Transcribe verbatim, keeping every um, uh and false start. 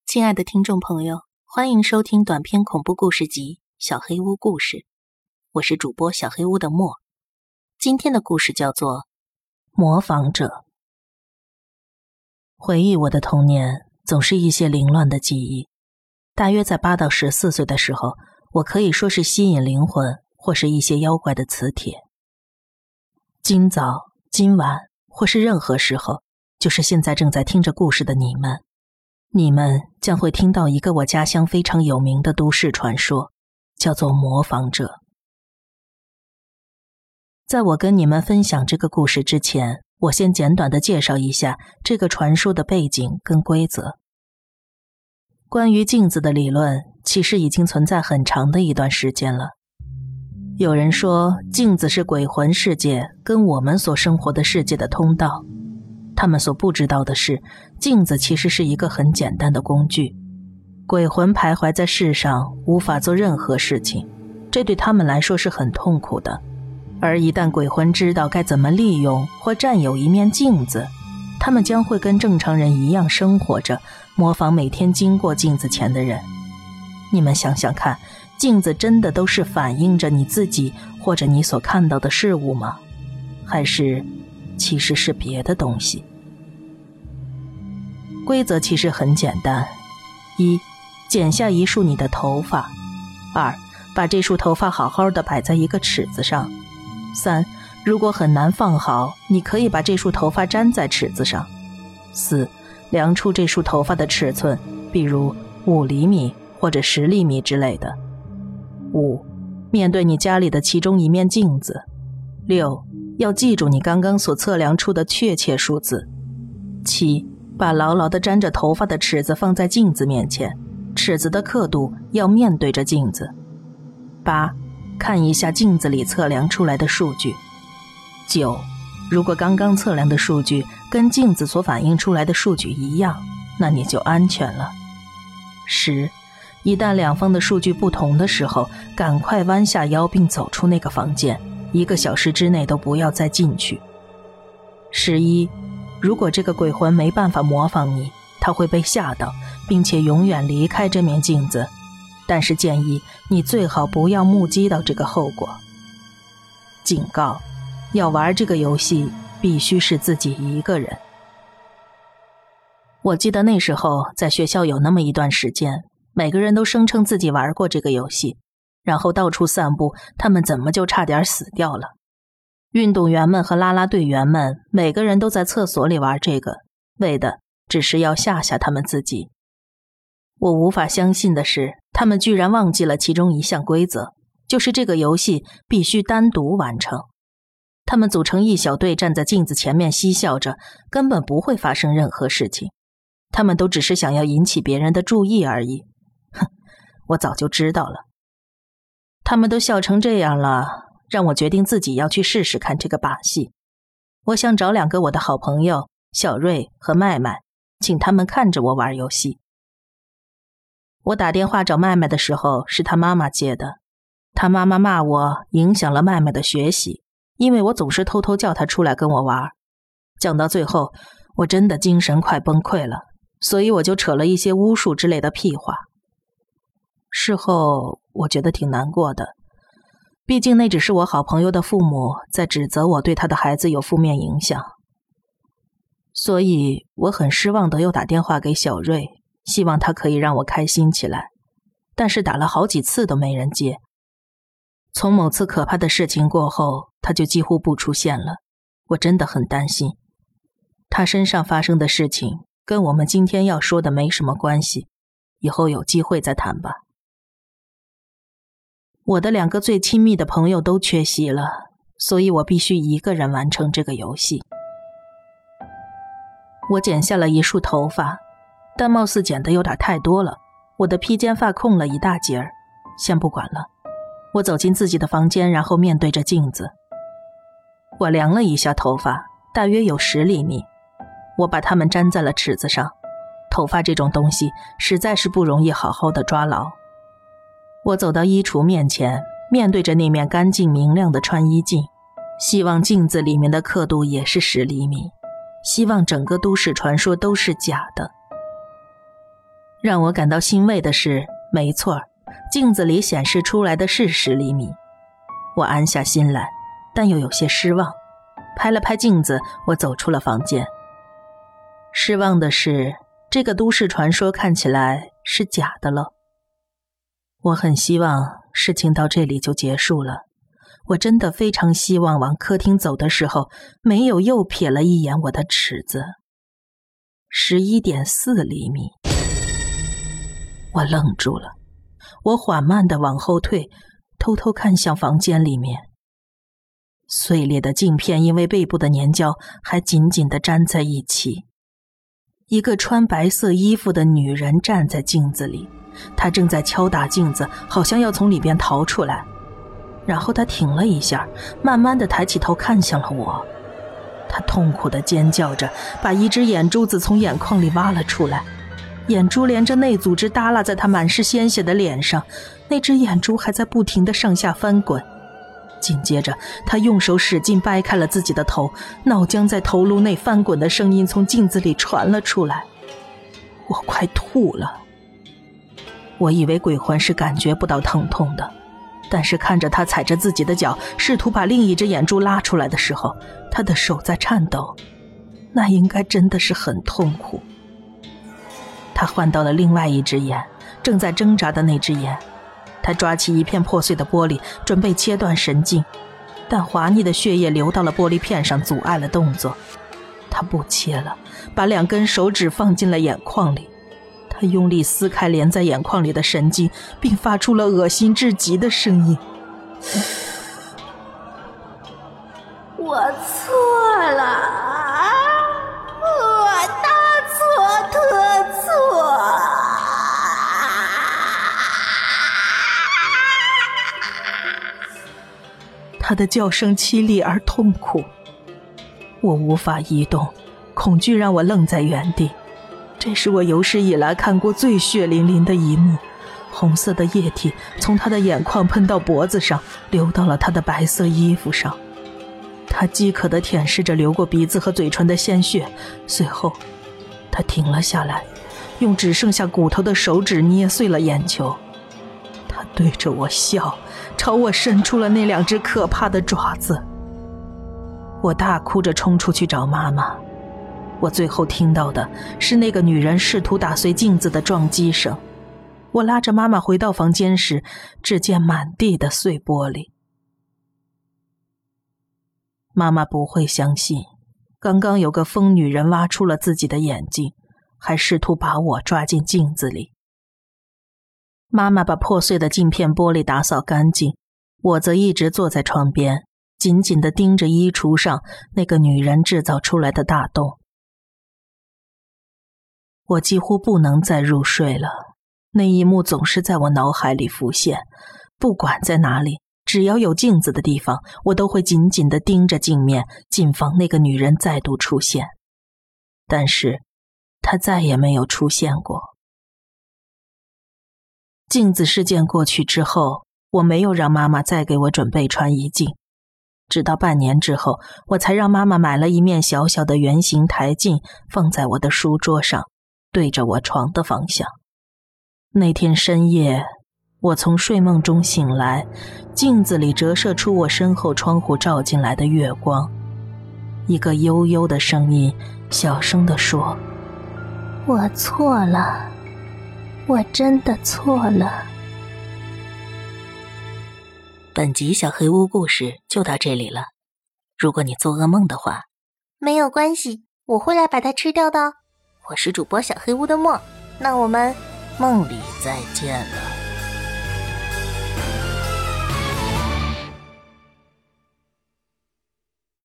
亲爱的听众朋友，欢迎收听短篇恐怖故事集《小黑屋故事》，我是主播小黑屋的莫。今天的故事叫做《模仿者》。回忆我的童年，总是一些凌乱的记忆。大约在八到十四岁的时候，我可以说是吸引灵魂，或是一些妖怪的磁铁。今早、今晚，或是任何时候，就是现在正在听着故事的你们。你们将会听到一个我家乡非常有名的都市传说，叫做模仿者。在我跟你们分享这个故事之前，我先简短地介绍一下这个传说的背景跟规则。关于镜子的理论，其实已经存在很长的一段时间了。有人说，镜子是鬼魂世界跟我们所生活的世界的通道。他们所不知道的是，镜子其实是一个很简单的工具。鬼魂徘徊在世上，无法做任何事情，这对他们来说是很痛苦的。而一旦鬼魂知道该怎么利用或占有一面镜子，他们将会跟正常人一样生活着，模仿每天经过镜子前的人。你们想想看，镜子真的都是反映着你自己或者你所看到的事物吗？还是其实是别的东西？规则其实很简单：一、剪下一束你的头发；二、把这束头发好好的摆在一个尺子上；三、如果很难放好，你可以把这束头发粘在尺子上；四、量出这束头发的尺寸，比如五厘米或者十厘米之类的；五、面对你家里的其中一面镜子；六、要记住你刚刚所测量出的确切数字；七、把牢牢地粘着头发的尺子放在镜子面前，尺子的刻度要面对着镜子；八、看一下镜子里测量出来的数据；九、如果刚刚测量的数据跟镜子所反映出来的数据一样，那你就安全了；十、一旦两方的数据不同的时候，赶快弯下腰并走出那个房间，一个小时之内都不要再进去。十一、如果这个鬼魂没办法模仿你，他会被吓到，并且永远离开这面镜子，但是建议你最好不要目击到这个后果。警告：要玩这个游戏，必须是自己一个人。我记得那时候在学校有那么一段时间，每个人都声称自己玩过这个游戏，然后到处散布他们怎么就差点死掉了。运动员们和啦啦队员们每个人都在厕所里玩这个，为的只是要吓吓他们自己。我无法相信的是，他们居然忘记了其中一项规则，就是这个游戏必须单独完成。他们组成一小队站在镜子前面嬉笑着，根本不会发生任何事情。他们都只是想要引起别人的注意而已。哼，我早就知道了。他们都笑成这样了，让我决定自己要去试试看这个把戏。我想找两个我的好朋友小瑞和麦麦，请他们看着我玩游戏。我打电话找麦麦的时候，是他妈妈接的。他妈妈骂我影响了麦麦的学习，因为我总是偷偷叫他出来跟我玩。讲到最后，我真的精神快崩溃了，所以我就扯了一些巫术之类的屁话。事后我觉得挺难过的，毕竟那只是我好朋友的父母在指责我对他的孩子有负面影响。所以我很失望的又打电话给小瑞，希望他可以让我开心起来，但是打了好几次都没人接。从某次可怕的事情过后，他就几乎不出现了，我真的很担心。他身上发生的事情跟我们今天要说的没什么关系，以后有机会再谈吧。我的两个最亲密的朋友都缺席了，所以我必须一个人完成这个游戏。我剪下了一束头发，但貌似剪得有点太多了，我的披肩发空了一大截儿。先不管了，我走进自己的房间，然后面对着镜子。我量了一下头发，大约有十厘米。我把它们粘在了尺子上。头发这种东西实在是不容易好好的抓牢。我走到衣橱面前，面对着那面干净明亮的穿衣镜，希望镜子里面的刻度也是十厘米，希望整个都市传说都是假的。 让我感到欣慰的是，没错，镜子里显示出来的是十厘米。我安下心来，但又有些失望。拍了拍镜子，我走出了房间。失望的是，这个都市传说看起来是假的了。我很希望事情到这里就结束了。我真的非常希望往客厅走的时候，没有又瞥了一眼我的尺子。十一点四厘米。我愣住了，我缓慢地往后退，偷偷看向房间里面。碎裂的镜片因为背部的粘胶还紧紧地粘在一起。一个穿白色衣服的女人站在镜子里，她正在敲打镜子，好像要从里边逃出来。然后她停了一下，慢慢地抬起头看向了我。她痛苦地尖叫着，把一只眼珠子从眼眶里挖了出来。眼珠连着内组织耷拉在她满是鲜血的脸上，那只眼珠还在不停地上下翻滚。紧接着他用手使劲掰开了自己的头，脑浆在头颅内翻滚的声音从镜子里传了出来。我快吐了。我以为鬼魂是感觉不到疼痛的，但是看着他踩着自己的脚试图把另一只眼珠拉出来的时候，他的手在颤抖，那应该真的是很痛苦。他换到了另外一只眼，正在挣扎的那只眼。他抓起一片破碎的玻璃，准备切断神经，但滑腻的血液流到了玻璃片上，阻碍了动作。他不切了，把两根手指放进了眼眶里。他用力撕开连在眼眶里的神经，并发出了恶心至极的声音。 我错了，我大错特错。 他的叫声凄厉而痛苦，我无法移动，恐惧让我愣在原地。这是我有史以来看过最血淋淋的一幕，红色的液体从他的眼眶喷到脖子上，流到了他的白色衣服上。他饥渴地舔舐着流过鼻子和嘴唇的鲜血，随后他停了下来，用只剩下骨头的手指捏碎了眼球。他对着我笑，朝我伸出了那两只可怕的爪子。我大哭着冲出去找妈妈。我最后听到的是那个女人试图打碎镜子的撞击声。我拉着妈妈回到房间时，只见满地的碎玻璃。妈妈不会相信，刚刚有个疯女人挖出了自己的眼睛，还试图把我抓进镜子里。妈妈把破碎的镜片玻璃打扫干净，我则一直坐在床边，紧紧地盯着衣橱上那个女人制造出来的大洞。我几乎不能再入睡了，那一幕总是在我脑海里浮现，不管在哪里，只要有镜子的地方，我都会紧紧地盯着镜面，谨防那个女人再度出现。但是她再也没有出现过。镜子事件过去之后，我没有让妈妈再给我准备穿衣镜，直到半年之后，我才让妈妈买了一面小小的圆形台镜，放在我的书桌上，对着我床的方向。那天深夜，我从睡梦中醒来，镜子里折射出我身后窗户照进来的月光。一个悠悠的声音小声地说： 我错了，我真的错了。 本集小黑屋故事就到这里了。如果你做噩梦的话， 没有关系，我会来把它吃掉的。我是主播小黑屋的墨，那我们梦里再见了。